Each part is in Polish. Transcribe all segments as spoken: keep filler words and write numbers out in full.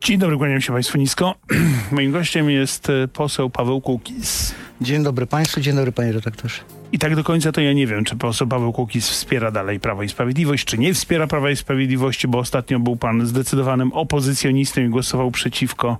Dzień dobry, kłaniam się Państwu nisko. Moim gościem jest poseł Paweł Kukiz. Dzień dobry Państwu, dzień dobry Panie redaktorze. I tak do końca to ja nie wiem, czy poseł Paweł Kukiz wspiera dalej Prawo i Sprawiedliwość, czy nie wspiera Prawa i Sprawiedliwości, bo ostatnio był pan zdecydowanym opozycjonistą i głosował przeciwko.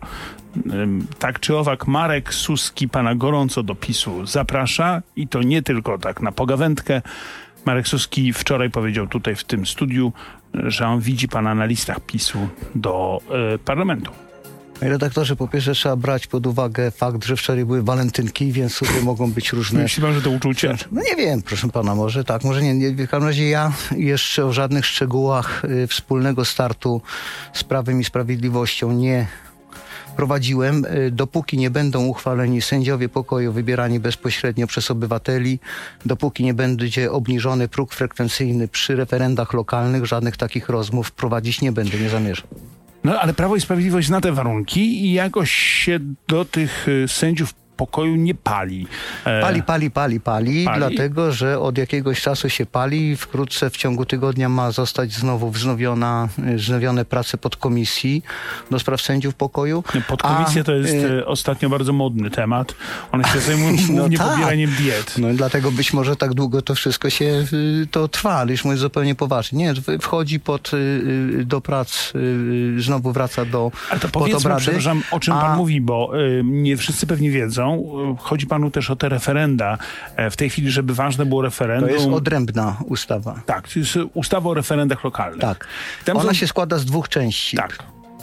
Tak czy owak, Marek Suski pana gorąco do PiSu zaprasza i to nie tylko tak na pogawędkę. Marek Suski wczoraj powiedział tutaj w tym studiu, że on widzi pana na listach PiSu do y, parlamentu. Panie redaktorze, po pierwsze trzeba brać pod uwagę fakt, że wczoraj były walentynki, więc tutaj mogą być różne... Myśli pan, że to uczucie? No nie wiem, proszę pana, może tak, może nie. nie. W każdym razie ja jeszcze o żadnych szczegółach y, wspólnego startu z Prawem i Sprawiedliwością nie prowadziłem. Dopóki nie będą uchwaleni sędziowie pokoju wybierani bezpośrednio przez obywateli, dopóki nie będzie obniżony próg frekwencyjny przy referendach lokalnych, żadnych takich rozmów prowadzić nie będę, nie zamierzam. No ale Prawo i Sprawiedliwość zna te warunki i jakoś się do tych sędziów pokoju nie pali. E... Pali, pali, pali, pali, pali, dlatego, że od jakiegoś czasu się pali i wkrótce w ciągu tygodnia ma zostać znowu wznowiona, wznowione prace podkomisji do spraw sędziów pokoju. Podkomisja A, to jest y... ostatnio bardzo modny temat. One się zajmują głównie no tak. pobieraniem diet. No i dlatego być może tak długo to wszystko się to trwa, ale już mówię zupełnie poważnie. Nie, wchodzi pod, do prac, znowu wraca do Ale to powiedzmy, przepraszam, o czym A... pan mówi, bo y, nie wszyscy pewnie wiedzą. Chodzi panu też o te referenda. W tej chwili, żeby ważne było referendum... To jest odrębna ustawa. Tak, to jest ustawa o referendach lokalnych. Tak. Tam Ona są... się składa z dwóch części. Tak.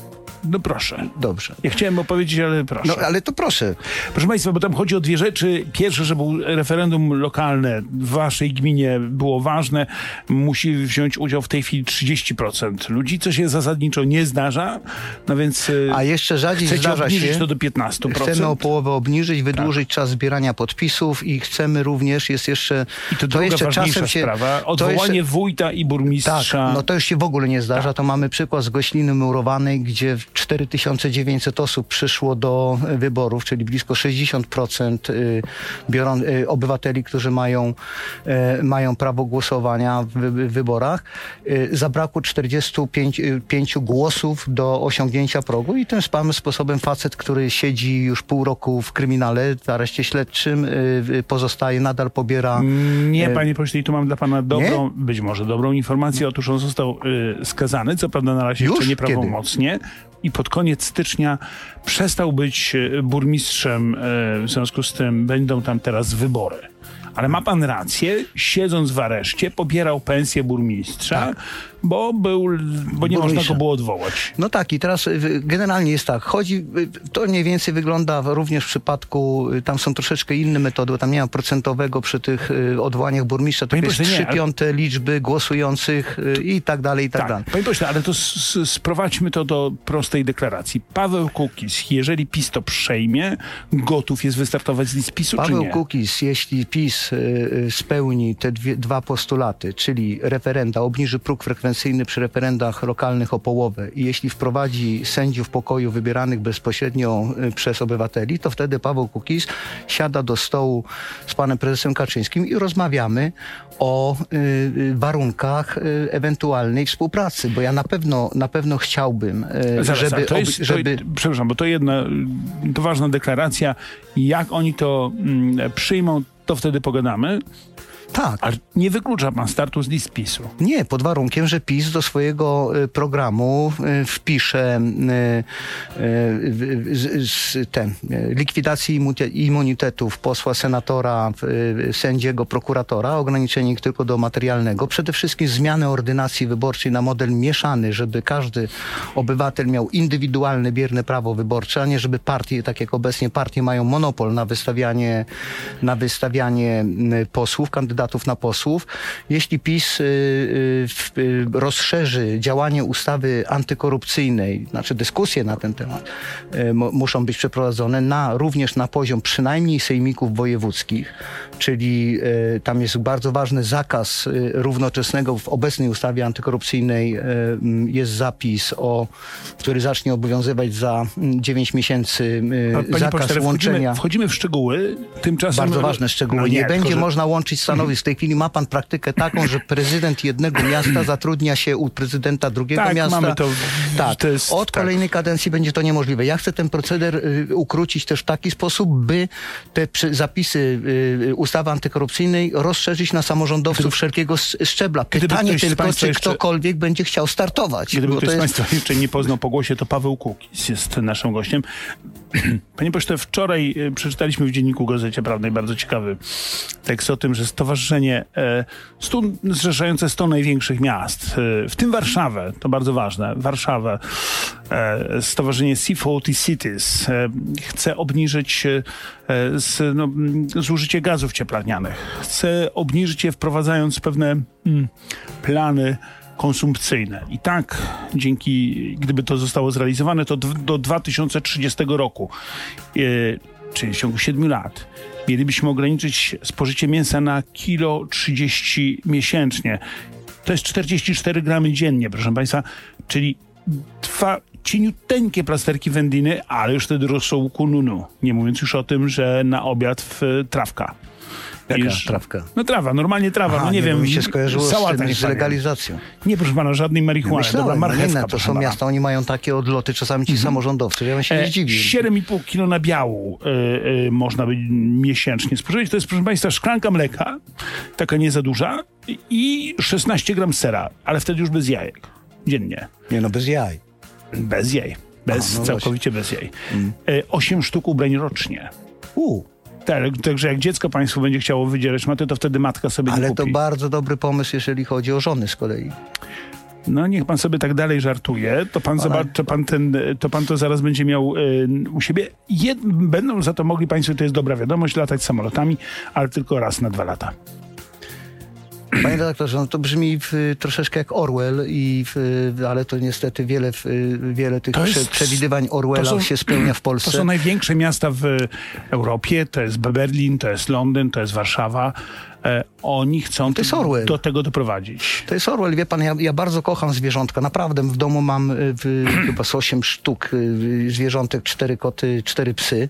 No proszę. Dobrze. Ja chciałem opowiedzieć, ale proszę. No ale to proszę. Proszę Państwa, bo tam chodzi o dwie rzeczy. Pierwsze, żeby referendum lokalne w waszej gminie było ważne, musi wziąć udział w tej chwili trzydzieści procent ludzi, co się zasadniczo nie zdarza. No więc A jeszcze rzadziej zdarza obniżyć się. to do piętnastu procent. Chcemy o połowę obniżyć, wydłużyć tak. czas zbierania podpisów i chcemy również, jest jeszcze... I to, to druga jeszcze czasem się, sprawa, odwołanie jeszcze, wójta i burmistrza. Tak, no to już się w ogóle nie zdarza. Tak. To mamy przykład z Gośliny Murowanej, gdzie cztery tysiące dziewięćset osób przyszło do wyborów, czyli blisko sześćdziesiąt procent biorą, obywateli, którzy mają, mają prawo głosowania w wyborach. Zabrakło czterdziestu pięciu głosów do osiągnięcia progu i tym samym sposobem facet, który siedzi już pół roku w kryminale, w areszcie śledczym, pozostaje, nadal pobiera... Nie, panie pośle, i tu mam dla pana dobrą, nie? być może dobrą informację. Otóż on został y, skazany, co prawda na razie już? jeszcze nieprawomocnie. I pod koniec stycznia przestał być burmistrzem, w związku z tym będą tam teraz wybory. Ale ma pan rację, siedząc w areszcie, pobierał pensję burmistrza, tak. bo, był, bo nie można go było odwołać. No tak, i teraz generalnie jest tak, chodzi, to mniej więcej wygląda również w przypadku, tam są troszeczkę inne metody, bo tam nie ma procentowego przy tych odwołaniach burmistrza, to jest trzy piąte liczby głosujących i tak dalej, i tak, tak dalej. Panie pośle, ale to sprowadźmy to do prostej deklaracji. Paweł Kukiz, jeżeli PiS to przejmie, gotów jest wystartować z list PiSu, Paweł czy nie? Kukiz, jeśli PiS spełni te dwie, dwa postulaty, czyli referenda, obniży próg frekwencyjny przy referendach lokalnych o połowę i jeśli wprowadzi sędziów pokoju wybieranych bezpośrednio przez obywateli, to wtedy Paweł Kukiz siada do stołu z panem prezesem Kaczyńskim i rozmawiamy o y, warunkach y, ewentualnej współpracy, bo ja na pewno, na pewno chciałbym, y, Zaraz, żeby... to jest, żeby... To, przepraszam, bo to jedna to ważna deklaracja. Jak oni to mm, przyjmą, to wtedy pogadamy. Tak. Ale nie wyklucza pan startu z list PiSu. Nie, pod warunkiem, że PiS do swojego y, programu y, wpisze y, y, y, y, ten, y, likwidację immunitetów posła, senatora, y, sędziego, prokuratora, ograniczenie ich tylko do materialnego. Przede wszystkim zmianę ordynacji wyborczej na model mieszany, żeby każdy obywatel miał indywidualne, bierne prawo wyborcze, a nie żeby partie, tak jak obecnie partie mają monopol na wystawianie, na wystawianie y, posłów, kandydatów na posłów. Jeśli PiS y, y, rozszerzy działanie ustawy antykorupcyjnej, znaczy dyskusje na ten temat y, muszą być przeprowadzone na, również na poziom przynajmniej sejmików wojewódzkich, czyli y, tam jest bardzo ważny zakaz y, równoczesnego w obecnej ustawie antykorupcyjnej y, jest zapis, o, który zacznie obowiązywać za dziewięć miesięcy y, Panie zakaz pośle, łączenia. Wchodzimy, wchodzimy w szczegóły, tymczasem... Bardzo ważne szczegóły. No nie, nie będzie tylko, że... można łączyć stanowisk W tej chwili ma pan praktykę taką, że prezydent jednego miasta zatrudnia się u prezydenta drugiego tak, miasta. Mamy to, tak, to jest, od tak. kolejnej kadencji będzie to niemożliwe. Ja chcę ten proceder y, ukrócić też w taki sposób, by te przy, zapisy y, ustawy antykorupcyjnej rozszerzyć na samorządowców Gdyby, wszelkiego szczebla. Pytanie tylko, czy jeszcze, ktokolwiek będzie chciał startować. Gdyby ktoś z jest... Państwa jeszcze nie poznał po głosie, to Paweł Kukiz jest naszym gościem. Panie pośle, wczoraj przeczytaliśmy w Dzienniku Gazecie Prawnej bardzo ciekawy tekst o tym, że stowarzyszenie e, stu, zrzeszające sto największych miast, e, w tym Warszawę, to bardzo ważne, Warszawę, e, stowarzyszenie C czterdzieści Cities e, chce obniżyć e, z, no, zużycie gazów cieplarnianych. Chce obniżyć je, wprowadzając pewne mm, plany konsumpcyjne. I tak, dzięki, gdyby to zostało zrealizowane, to do dwa tysiące trzydziestego roku, e, czyli w ciągu siedmiu lat, mielibyśmy ograniczyć spożycie mięsa na kilo trzydzieści miesięcznie. To jest czterdzieści cztery gramy dziennie, proszę Państwa, czyli dwa cieniuteńkie plasterki wędliny, ale już wtedy rosołku nunu. Nie mówiąc już o tym, że na obiad w trawka. Jaka Iż, trawka? No trawa, normalnie trawa, Aha, no nie, nie wiem. Mi się skojarzyło z, tym, z legalizacją. Nie, proszę pana, żadnej marihuany. Myślałem, Dobra, marchewka, no nie, to są pana. miasta, oni mają takie odloty, czasami ci mm-hmm. samorządowcy. Ja bym się nie zdziwił. siedem i pół kilo nabiału y, y, można by miesięcznie spożyć. To jest, proszę państwa, szklanka mleka, taka nie za duża, i szesnaście gram sera, ale wtedy już bez jajek. Dziennie. Nie no, bez jaj. Bez jaj. Bez, A, no całkowicie właśnie. bez jaj. Mm. Y, osiem sztuk ubrań rocznie. U. Tak, także jak dziecko państwu będzie chciało wydzierać matę, to wtedy matka sobie Ale nie kupi. Ale to bardzo dobry pomysł, jeżeli chodzi o żony z kolei. No niech pan sobie tak dalej żartuje, to pan Ale... zobaczy, to pan, ten, to pan to zaraz będzie miał y, u siebie. Jed, będą za to mogli państwo, to jest dobra wiadomość, latać samolotami, ale tylko raz na dwa lata. Panie redaktorze, no to brzmi w, troszeczkę jak Orwell, i w, ale to niestety wiele, w, wiele tych jest, przewidywań Orwella są, się spełnia w Polsce. To są największe miasta w Europie, to jest Berlin, to jest Londyn, to jest Warszawa. E, oni chcą to do tego doprowadzić. To jest Orwell, wie pan, ja, ja bardzo kocham zwierzątka. Naprawdę w domu mam w, chyba z osiem sztuk zwierzątek, cztery koty, cztery psy.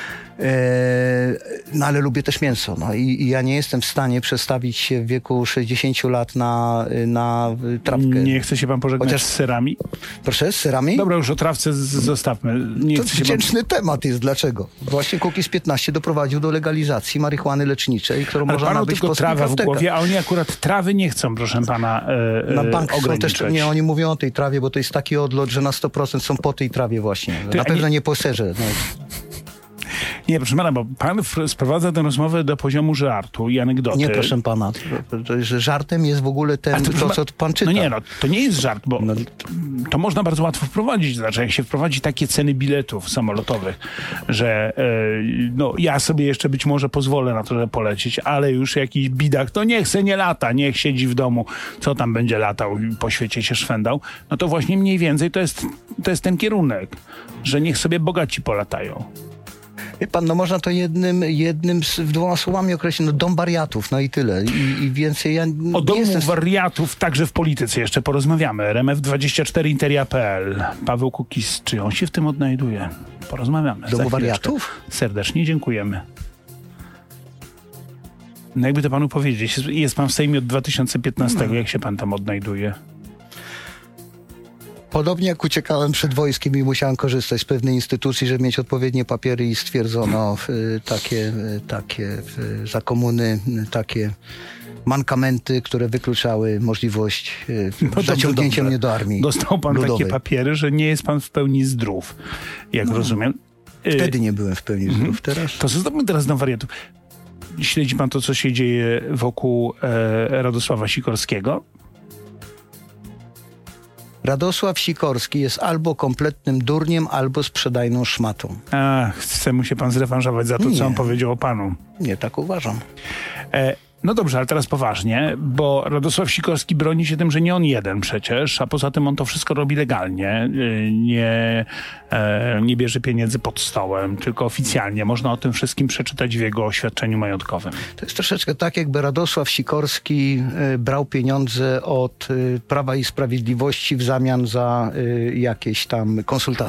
No ale lubię też mięso. No i, i ja nie jestem w stanie przestawić się w wieku sześćdziesięciu lat na, na trawkę. Nie chce się pan pożegnać Chociaż... z serami? Proszę, z serami? Dobra, już o trawce z- zostawmy. Nie to chce się wdzięczny pan... temat jest. Dlaczego? Właśnie Kukiz piętnaście doprowadził do legalizacji marihuany leczniczej, którą ale można nabyć w tylko trawa w głowie, a oni akurat trawy nie chcą, proszę pana, e, na bank ograniczać. Też, nie, oni mówią o tej trawie, bo to jest taki odlot, że na sto procent są po tej trawie właśnie. To na pewno nie, nie po serze. No. Nie, proszę pana, bo pan sprowadza tę rozmowę do poziomu żartu i anegdoty. Nie, proszę pana. Że żartem jest w ogóle ten, to, to, co pan czyta. No nie, no to nie jest żart, bo no. to można bardzo łatwo wprowadzić. Znaczy, jak się wprowadzi takie ceny biletów samolotowych, że e, no ja sobie jeszcze być może pozwolę na to, żeby polecieć, ale już jakiś bidak, to niech se nie lata, niech siedzi w domu, co tam będzie latał i po świecie się szwendał. No to właśnie mniej więcej to jest, to jest ten kierunek, że niech sobie bogaci polatają. Wie pan, no można to jednym, jednym z, dwoma słowami określić, no dom wariatów, no i tyle. I, i więcej ja nie O domu jestem... wariatów także w polityce jeszcze porozmawiamy. R M F dwadzieścia cztery Interia kropka p l. Paweł Kukiz, czy on się w tym odnajduje? Porozmawiamy. Domu wariatów? Serdecznie dziękujemy. No jakby to panu powiedzieć, jest pan w Sejmie od dwa tysiące piętnastego. No. Jak się pan tam odnajduje? Podobnie jak uciekałem przed wojskiem i musiałem korzystać z pewnej instytucji, żeby mieć odpowiednie papiery, i stwierdzono y, takie, y, takie y, za komuny y, takie mankamenty, które wykluczały możliwość y, no zaciągnięcia mnie do armii Dostał pan ludowej. takie papiery, że nie jest pan w pełni zdrów, jak no, rozumiem. Wtedy nie byłem w pełni zdrów, mhm. teraz. To zostawmy teraz na wariatów. Śledzi pan to, co się dzieje wokół e, Radosława Sikorskiego? Radosław Sikorski jest albo kompletnym durniem, albo sprzedajną szmatą. A, chce mu się pan zrewanżować za to, nie. co on powiedział o panu. Nie, tak uważam. E, no dobrze, ale teraz poważnie, bo Radosław Sikorski broni się tym, że nie on jeden przecież, a poza tym on to wszystko robi legalnie. Nie, e, nie bierze pieniędzy pod stołem, tylko oficjalnie. Można o tym wszystkim przeczytać w jego oświadczeniu majątkowym. To jest troszeczkę tak, jakby Radosław Sikorski y, brał pieniądze od y, Prawa i Sprawiedliwości w zamian za y, jakieś tam konsultacje.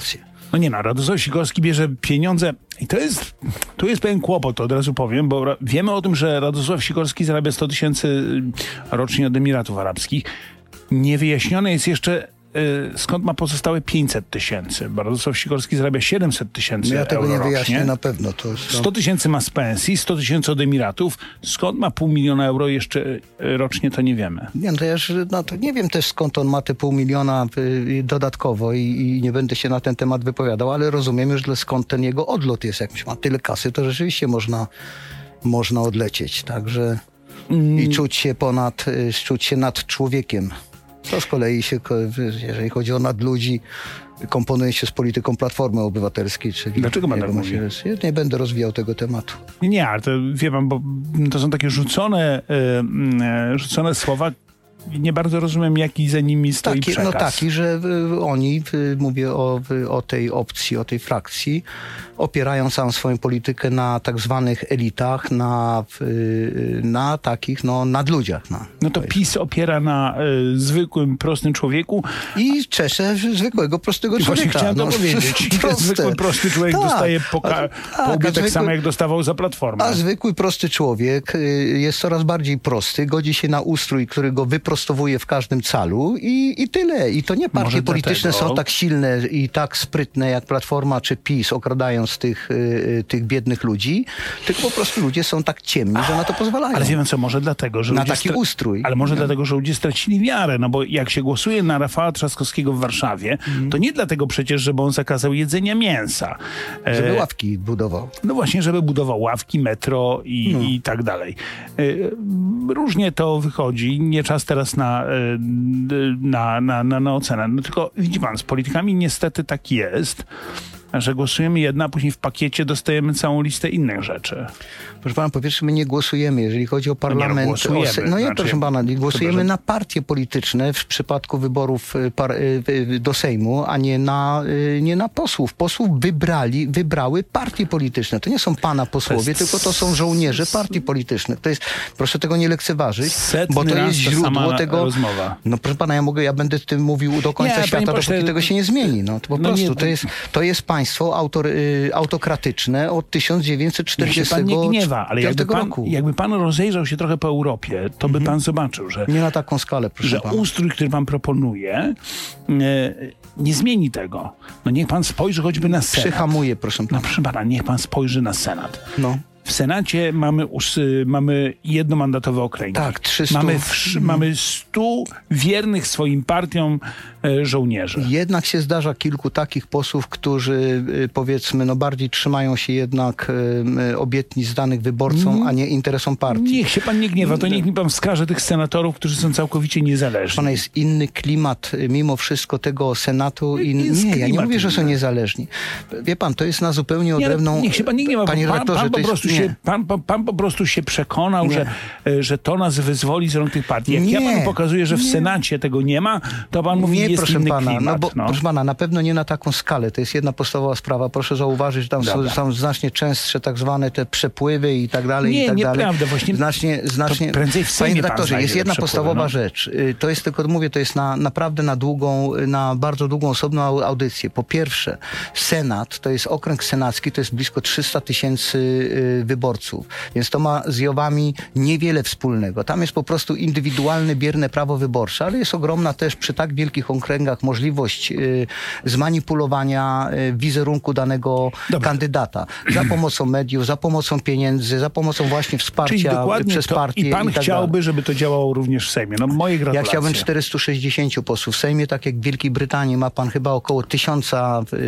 No nie no, Radosław Sikorski bierze pieniądze i to jest, tu jest pewien kłopot, to od razu powiem, bo ra- wiemy o tym, że Radosław Sikorski zarabia sto tysięcy rocznie od Emiratów Arabskich. Niewyjaśnione jest jeszcze, y, skąd ma pozostałe pięćset tysięcy. Radosław Sikorski zarabia siedemset tysięcy No ja tego euro nie wyjaśnię rocznie. na pewno. To jest, no. sto tysięcy ma z pensji, sto tysięcy od Emiratów. Skąd ma pół miliona euro jeszcze y, rocznie, to nie wiemy. Nie, no to ja już, no to nie wiem też skąd on ma te pół miliona y, dodatkowo i, i nie będę się na ten temat wypowiadał, ale rozumiem już skąd ten jego odlot jest. Jak ma tyle kasy, to rzeczywiście można, można odlecieć. Także Mm. i czuć się ponad, y, czuć się nad człowiekiem. To z kolei się, ko- jeżeli chodzi o nadludzi, komponuje się z polityką Platformy Obywatelskiej. Czyli Dlaczego pan jego tak mówi? ma się- Ja nie będę rozwijał tego tematu. Nie, nie, ale to wie pan, bo to są takie rzucone, y, y, rzucone słowa. Nie bardzo rozumiem, jaki za nimi stoi Taki, przekaz. no taki, że y, oni, y, mówię o, y, o tej opcji, o tej frakcji, opierają całą swoją politykę na tak zwanych elitach, na, y, na takich no, nadludziach. Na, No to PiS opiera na y, zwykłym, prostym człowieku. I czesze zwykłego, prostego I właśnie człowieka. chciałem to no, powiedzieć. proste. Zwykły, prosty człowiek Tak. dostaje po, ka- A- po łbie a tak zwykły- samo, jak dostawał za Platformę. A zwykły, prosty człowiek y, jest coraz bardziej prosty, godzi się na ustrój, który go wyprostowuje w każdym calu i, i tyle. I to nie partie Może polityczne dlatego- są tak silne i tak sprytne jak Platforma czy PiS, okradając tych, y, y, tych biednych ludzi, tylko po prostu ludzie są tak ciemni, że na to pozwalają. Ale wiemy co, może dlatego, że Na ludzie taki stra- ustrój. Ale może dlatego, że ludzie stracili wiarę, no bo jak się głosuje na Rafała Trzaskowskiego w Warszawie, to nie dlatego przecież, żeby on zakazał jedzenia mięsa. E, Żeby ławki budował. No właśnie, żeby budował ławki, metro i, No. i tak dalej. Y, Różnie to wychodzi. Nie czas teraz na, y, na, na, na, na ocenę. No tylko widzi pan, z politykami niestety tak jest, że głosujemy jedna, a później w pakiecie dostajemy całą listę innych rzeczy. Proszę pana, po pierwsze, my nie głosujemy, jeżeli chodzi o parlament. głosujemy. o se- no nie, Znaczy, proszę pana, nie głosujemy chyba, że- na partie polityczne w przypadku wyborów y, par, y, y, do Sejmu, a nie na, y, nie na posłów. Posłów wybrali, wybrały partie polityczne. To nie są pana posłowie, To jest- tylko to są żołnierze partii politycznych. To jest, proszę tego nie lekceważyć, Setny bo to raz jest ta źródło sama tego. rozmowa. No proszę pana, ja mogę, ja będę z tym mówił do końca Nie, panie świata, pośle, dopóki tego się nie zmieni. No to po no prostu nie, to jest, to jest państwo autor, y, autokratyczne od tysiąc dziewięćset Niech się pan czterdziestego nie gniewa, ale jakby piątego pan, roku. jakby pan rozejrzał się trochę po Europie, to by pan zobaczył, że, Nie na taką skalę, proszę że pana. ustrój, który pan proponuje, e, nie zmieni tego. No niech pan spojrzy choćby na Senat. Przyhamuje, proszę No pana. proszę pana, niech pan spojrzy na Senat. No. W Senacie mamy, us, mamy jednomandatowe okręgi. Tak, trzystu. Mamy, wsz, mamy stu wiernych swoim partiom e, żołnierzy. Jednak się zdarza kilku takich posłów, którzy y, powiedzmy no bardziej trzymają się jednak y, y, obietnic danych wyborcom, a nie interesom partii. Niech się pan nie gniewa, to niech mi pan wskaże tych senatorów, którzy są całkowicie niezależni. Pana jest inny klimat y, mimo wszystko tego Senatu i Jest nie, ja nie klimat mówię, że są inny. niezależni. Wie pan, to jest na zupełnie Nie, ale odrębną... niech się pan nie gniewa, Panie bo pan, redaktorze, pan, po to jest... prostu nie. się, pan, pan, pan po prostu się przekonał, Nie. że, e, że to nas wyzwoli z rąk tych partii. Jak ja Nie. panu pokazuję, że w Nie. Senacie tego nie ma, to pan mówi, Nie, jest proszę inny pana, klimat. no bo, no. proszę pana, na pewno nie na taką skalę. To jest jedna podstawowa sprawa. Proszę zauważyć, że tam są, Dobra. są znacznie częstsze tak zwane te przepływy i tak dalej, Nie, i tak nieprawda, dalej. właśnie Znacznie, znacznie... prędzej w Sejmie Panie pan redaktorze, znajdzie jest te jedna przepływy, podstawowa no. rzecz. Y, To jest, tylko mówię, to jest na naprawdę na długą, na bardzo długą osobną au- audycję. Po pierwsze, Senat, to jest okręg senacki, to jest blisko trzysta tysięcy y, wyborców. Więc to ma z Jowami niewiele wspólnego. Tam jest po prostu indywidualne, bierne prawo wyborcze, ale jest ogromna też przy tak wielkich okręgach możliwość y, zmanipulowania y, wizerunku danego Dobra. kandydata. Za pomocą mediów, za pomocą pieniędzy, za pomocą właśnie Czyli wsparcia dokładnie przez to, partię i pan i tak chciałby, dalej. żeby to działało również w Sejmie. No moje Ja gratulacje. chciałbym czterystu sześćdziesięciu posłów. W Sejmie, tak jak w Wielkiej Brytanii, ma pan chyba około tysiąca y,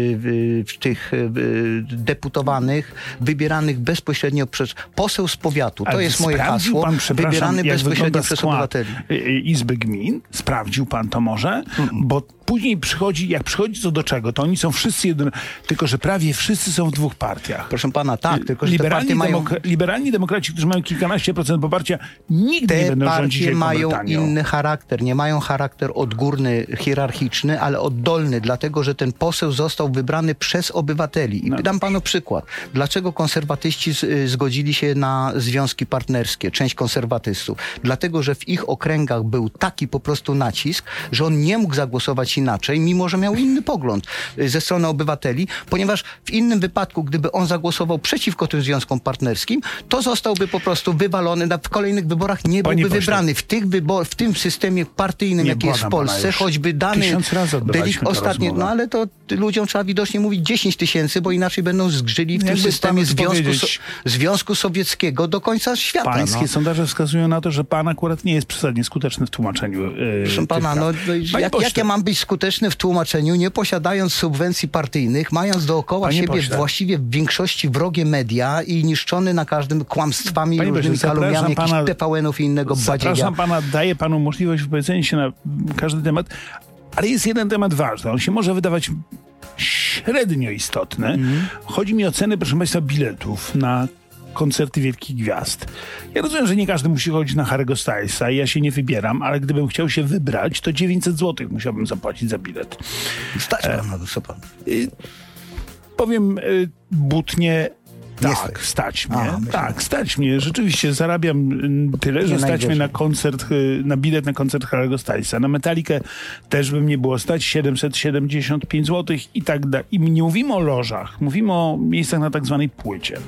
y, y, tych y, deputowanych wybieranych bezpośrednio przez poseł z powiatu. To Ale jest moje sprawdził hasło. pan, przepraszam, Wybierany jak bezpośrednio wygląda przez skład obywateli. y, y, Izby Gmin? Sprawdził pan to może? Bo później przychodzi, jak przychodzi co do czego, to oni są wszyscy jedno, tylko że prawie wszyscy są w dwóch partiach. Proszę pana, tak, tylko że te liberalni, partie mają... demokra- liberalni demokraci, którzy mają kilkanaście procent poparcia, nigdy nie Te będą rządzić partie Wielką mają Brytanią. inny charakter. Nie mają charakter odgórny, hierarchiczny, ale oddolny, dlatego że ten poseł został wybrany przez obywateli. I No. dam panu przykład. Dlaczego konserwatyści z, y, zgodzili się na związki partnerskie, część konserwatystów? Dlatego, że w ich okręgach był taki po prostu nacisk, że on nie mógł zagłosować głosować inaczej, mimo że miał inny pogląd ze strony obywateli, ponieważ w innym wypadku, gdyby on zagłosował przeciwko tym związkom partnerskim, to zostałby po prostu wywalony, na, w kolejnych wyborach nie Panie byłby pośle, wybrany. W, tych wybor- w tym systemie partyjnym, nie jaki jest w błagam pana Polsce, już. choćby dany Tysiąc razy odbywaliśmy tę ostatnie, rozmowę. no ale to ludziom trzeba widocznie mówić dziesięć tysięcy, bo inaczej będą zgrzyli w tym Jakby systemie panu Związku, powiedzieć- so- Związku Sowieckiego do końca świata. Pańskie no. sondaże wskazują na to, że pan akurat nie jest przesadnie skuteczny w tłumaczeniu. Yy, Proszę pana, no, no, jak, jak ja mam być skuteczny w tłumaczeniu, nie posiadając subwencji partyjnych, mając dookoła Panie siebie pośle. właściwie w większości wrogie media i niszczony na każdym kłamstwami, Panie różnymi pośle, zapraszam kalumniami, jakichś pana- T V N-ów i innego badziegia. Zapraszam pana, daję panu możliwość wypowiedzenia się na każdy temat, ale jest jeden temat ważny. On się może wydawać średnio istotny. Mhm. Chodzi mi o ceny, proszę państwa, biletów na koncerty wielkich gwiazd. Ja rozumiem, że nie każdy musi chodzić na Harry'ego Stylesa i ja się nie wybieram, ale gdybym chciał się wybrać, to dziewięćset złotych musiałbym zapłacić za bilet. Stać pan na to, co pan. Y, powiem y, butnie, Nie tak, stać. stać mnie. A, myślę. tak, stać mnie. Rzeczywiście zarabiam y, tyle, że Nie stać najgorzej. mnie na koncert, y, na bilet na koncert Harry'ego Stylesa. Na Metallicę też bym nie było stać, siedemset siedemdziesiąt pięć złotych i tak dalej. I nie mówimy o lożach, mówimy o miejscach na tak zwanej płycie.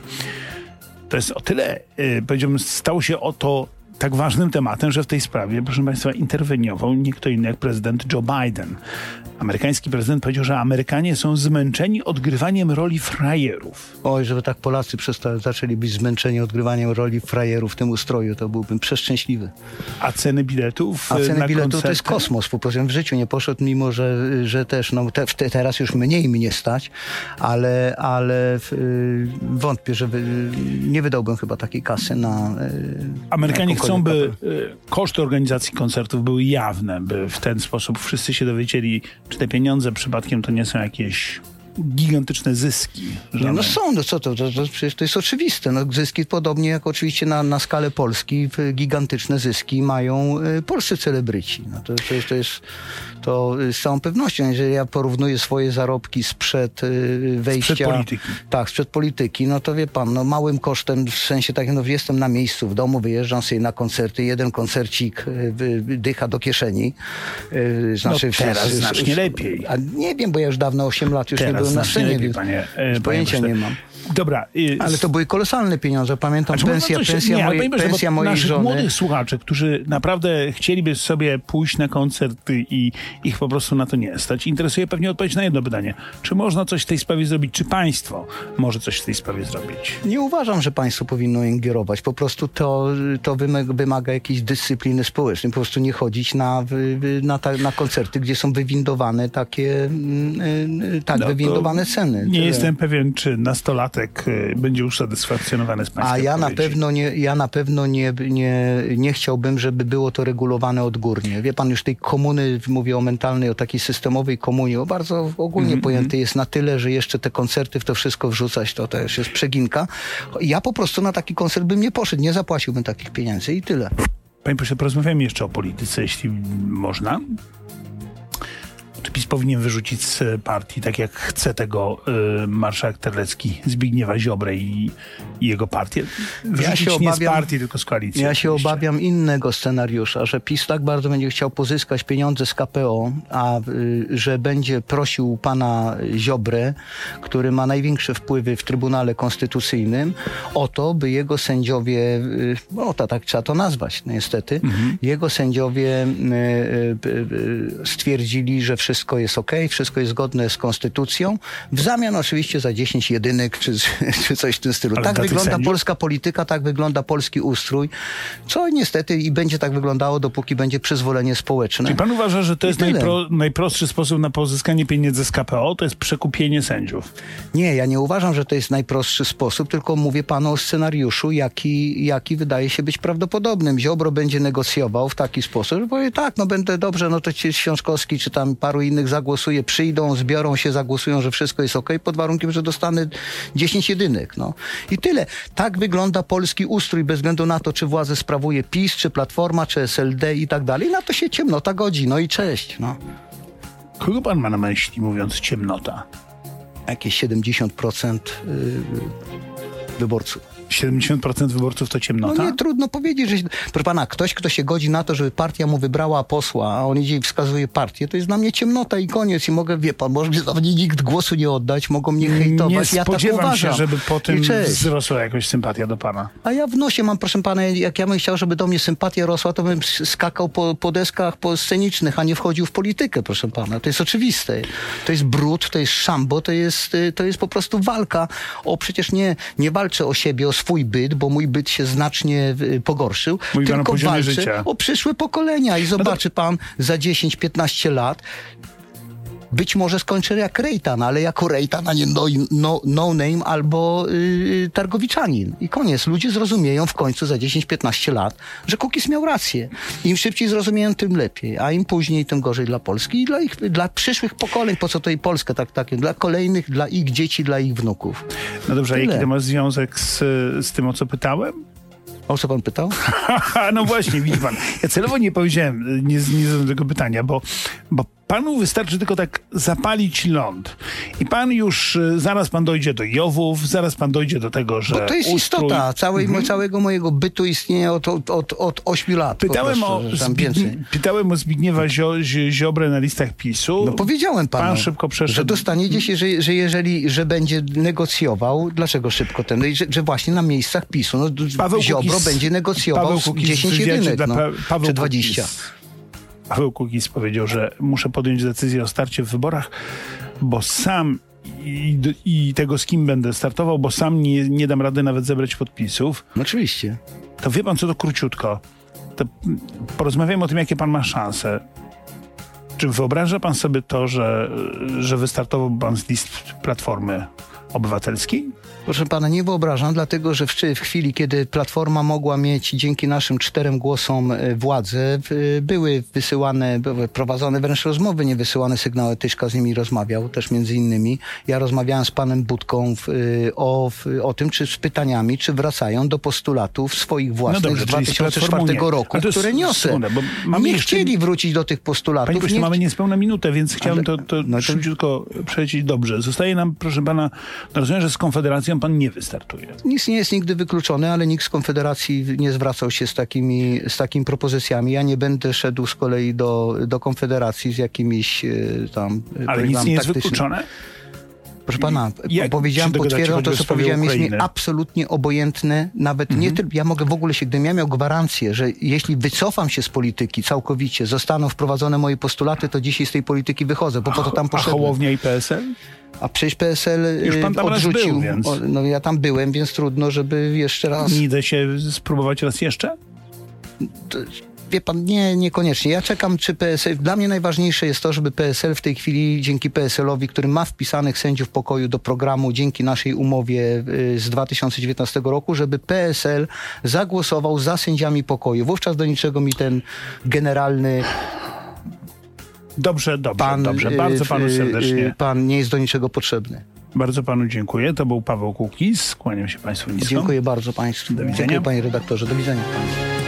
To jest o tyle, y, powiedziałbym, stało się o to tak ważnym tematem, że w tej sprawie, proszę państwa, interweniował nie kto inny jak prezydent Joe Biden. Amerykański prezydent powiedział, że Amerykanie są zmęczeni odgrywaniem roli frajerów. Oj, żeby tak Polacy przesta- zaczęli być zmęczeni odgrywaniem roli frajerów w tym ustroju, to byłbym przeszczęśliwy. A ceny biletów A y, ceny na biletu koncerty? to jest kosmos. Po prostu w życiu nie poszedł, mimo że, że też, no te, te, teraz już mniej mnie stać, ale, ale y, wątpię, że wy, nie wydałbym chyba takiej kasy na y, Amerykanie na chcą, by jakąkolwiek y, koszty organizacji koncertów były jawne, by w ten sposób wszyscy się dowiedzieli, czy te pieniądze przypadkiem to nie są jakieś gigantyczne zyski. Nie, żadne- no są, no co to, to, to, przecież to jest oczywiste. No, zyski podobnie jak oczywiście na, na skalę Polski w- gigantyczne zyski mają y, polscy celebryci. No, to, to, jest, to jest to y, z całą pewnością, jeżeli ja porównuję swoje zarobki sprzed y, wejścia... Sprzed polityki. Tak, sprzed polityki, no to wie pan, no małym kosztem, w sensie takim, no jestem na miejscu, w domu, wyjeżdżam sobie na koncerty, jeden koncercik y, wy- dycha do kieszeni. Y, znaczy, No teraz w- w- znacznie lepiej. A nie wiem, bo ja już dawno osiem lat już nie Teraz byłem na znacznie scenie, lepiej, więc panie, e, panie pojęcia pośle. nie mam. Dobra. y, Ale to były kolosalne pieniądze. Pamiętam Znaczy, pensja, można coś- pensja, nie, ale mojej, panie Boże, bo pensja mojej naszych żony. młodych słuchaczy, którzy naprawdę chcieliby sobie pójść na koncert i ich po prostu na to nie stać, interesuje pewnie odpowiedź na jedno pytanie. Czy można coś w tej sprawie zrobić? Czy państwo może coś w tej sprawie zrobić? Nie uważam, że państwo powinno ingerować. Po prostu to, to wymaga, wymaga jakiejś dyscypliny społecznej. Po prostu nie chodzić na, wy- wy- na, ta, na koncerty, gdzie są wywindowane takie mm, y, tak, No to wywindowane ceny. Nie Tyle. jestem pewien, czy nastolatek y, będzie usatysfakcjonowany z państwa A ja na odpowiedzi. pewno, nie, ja na pewno nie, nie, nie chciałbym, żeby było to regulowane odgórnie. Wie pan, już tej komuny, mówię o mentalnej, o takiej systemowej komunie, o bardzo ogólnie Mm-hmm. pojęty jest na tyle, że jeszcze te koncerty w to wszystko wrzucać, to też jest przeginka. Ja po prostu na taki koncert bym nie poszedł, nie zapłaciłbym takich pieniędzy i tyle. Panie pośle, porozmawiamy jeszcze o polityce, jeśli można. Czy PiS powinien wyrzucić z partii, tak jak chce tego y, marszałek Terlecki, Zbigniewa Ziobrę i, i jego partię? Wyrzucić się nie z obawiam- partii, tylko z koalicji. Ja się oczywiście. obawiam innego scenariusza, że PiS tak bardzo będzie chciał pozyskać pieniądze z K P O, a y, że będzie prosił pana Ziobrę, który ma największe wpływy w Trybunale Konstytucyjnym, o to, by jego sędziowie, y, no to tak trzeba to nazwać niestety, Mhm. jego sędziowie y, y, y, stwierdzili, że wszystko jest okej, wszystko jest zgodne z konstytucją, w zamian oczywiście za dziesięć jedynek, czy, czy coś w tym stylu. Ale Tak dla tych wygląda sędziów? polska polityka, tak wygląda polski ustrój, co niestety i będzie tak wyglądało, dopóki będzie przyzwolenie społeczne. Czyli pan uważa, że to I jest tyle. najpro, najprostszy sposób na pozyskanie pieniędzy z K P O, to jest przekupienie sędziów. Nie, ja nie uważam, że to jest najprostszy sposób, tylko mówię panu o scenariuszu, jaki, jaki wydaje się być prawdopodobnym. Ziobro będzie negocjował w taki sposób, że powie tak, no będę dobrze, no to ci Książkowski czy tam paru innych zagłosuje, przyjdą, zbiorą się, zagłosują, że wszystko jest okej, pod warunkiem, że dostanę dziesięć jedynek. No. I tyle. Tak wygląda polski ustrój, bez względu na to, czy władzę sprawuje PiS, czy Platforma, czy S L D i tak dalej. Na to się ciemnota godzi. No i cześć. No. Kogo pan ma na myśli, mówiąc ciemnota? Jakieś siedemdziesiąt procent wyborców. siedemdziesiąt procent wyborców to ciemnota? No nie, trudno powiedzieć, że... Proszę pana, ktoś, kto się godzi na to, żeby partia mu wybrała posła, a on idzie i wskazuje partię, to jest dla mnie ciemnota i koniec. I mogę, wie pan, może mnie nikt głosu nie oddać, mogą mnie hejtować. Nie Ja tak spodziewam uważam. się, żeby po tym I cześć. wzrosła jakoś sympatia do pana. A ja w nosie mam, proszę pana, jak ja bym chciał, żeby do mnie sympatia rosła, to bym skakał po, po deskach po scenicznych, a nie wchodził w politykę, proszę pana. To jest oczywiste. To jest brud, to jest szambo, to jest, to jest po prostu walka o, przecież nie, nie walczę o siebie, o swój byt, bo mój byt się znacznie y, pogorszył, Mówi pan o tylko poziomie walczę życia. o przyszłe pokolenia i zobaczy pan za dziesięć piętnaście lat. Być może skończę jak Rejtan, ale jako Rejtan, a nie no, no, no name albo yy, Targowiczanin. I koniec. Ludzie zrozumieją w końcu za dziesięć piętnaście lat, że Kukiz miał rację. Im szybciej zrozumieją, tym lepiej. A im później, tym gorzej dla Polski i dla, ich, dla przyszłych pokoleń. Po co to i Polskę tak, tak, dla kolejnych, dla ich dzieci, dla ich wnuków. No dobrze, a Tyle. jaki to ma związek z, z tym, o co pytałem? O co pan pytał? No właśnie, widzi pan. Ja celowo nie powiedziałem, nie, nie zadałem tego pytania, bo, bo panu wystarczy tylko tak zapalić ląd. I pan już, y, zaraz pan dojdzie do Jowów, zaraz pan dojdzie do tego, że Bo to jest ustrój... istota całej, mhm. całego mojego bytu istnieje od, od, od, od ośmiu lat. Pytałem, prostu, o że tam Zbignie- więcej. pytałem o Zbigniewa Zio, Zi- Ziobrę na listach PiSu. No powiedziałem panu, Pan szybko przeszedł. że dostanie gdzieś, że, że jeżeli, że będzie negocjował, dlaczego szybko ten, że, że właśnie na miejscach PiSu, no Paweł Ziobro Kukiz- będzie negocjował Paweł z Kukiz w dziesięć wywiadzie jedynek, dla no, Pa- Paweł czy dwadzieścia. Kukiz- Paweł Kukiz powiedział, że muszę podjąć decyzję o starcie w wyborach, bo sam i, i tego, z kim będę startował, bo sam nie, nie dam rady nawet zebrać podpisów. No oczywiście. To wie pan co, to króciutko. To porozmawiajmy o tym, jakie pan ma szanse. Czy wyobraża pan sobie to, że, że wystartował pan z list Platformy Obywatelskiej? Proszę pana, nie wyobrażam, dlatego że w, w chwili, kiedy Platforma mogła mieć dzięki naszym czterem głosom e, władzę, w, były wysyłane, były prowadzone wręcz rozmowy, nie wysyłane sygnały. Tyszka z nimi rozmawiał, też między innymi. Ja rozmawiałem z panem Budką w, y, o, w, o tym, czy z pytaniami, czy wracają do postulatów swoich własnych dobrze, z czyli z dwa tysiące Platformą czwartego nie. roku, Ale to jest które niosę. słone, bo mamy Nie jeszcze- chcieli wrócić do tych postulatów. Panie pośle, nie mamy chci- niespełna minutę, więc chciałem Ale- to, to no to- szybciutko przejść. Dobrze, zostaje nam, proszę pana, no rozumiem, że z Konfederacją pan nie wystartuje. Nic nie jest nigdy wykluczone, ale nikt z Konfederacji nie zwracał się z takimi, z takimi propozycjami. Ja nie będę szedł z kolei do, do Konfederacji z jakimiś e, tam... Ale nic nie jest wykluczone? Proszę pana, Jak powiedziałem, się dogadacie potwierdzam to, choćby co w sprawie powiedziałem, jest mi Ukrainy? absolutnie obojętne. Nawet nie tylko, ja mogę w ogóle się, gdybym ja miał gwarancję, że jeśli wycofam się z polityki całkowicie, zostaną wprowadzone moje postulaty, to dzisiaj z tej polityki wychodzę, bo po to tam A poszedłem. Hołownia i P S L? A przecież P S L Już pan tam raz odrzucił. był, więc- O, no ja tam byłem, więc trudno, żeby jeszcze raz... Nie da się spróbować raz jeszcze? Wie pan, nie, niekoniecznie. Ja czekam, czy P S L... Dla mnie najważniejsze jest to, żeby P S L w tej chwili, dzięki P S L-owi, który ma wpisanych sędziów pokoju do programu, dzięki naszej umowie y, z dwa tysiące dziewiętnastego roku, żeby P S L zagłosował za sędziami pokoju. Wówczas do niczego mi ten generalny Dobrze, dobrze, pan... dobrze. Bardzo y, panu y, serdecznie. y, Pan nie jest do niczego potrzebny. Bardzo panu dziękuję. To był Paweł Kukiz. Kłaniam się państwu nisko. Dziękuję bardzo państwu. Do widzenia. Dziękuję panie redaktorze. Do widzenia panu.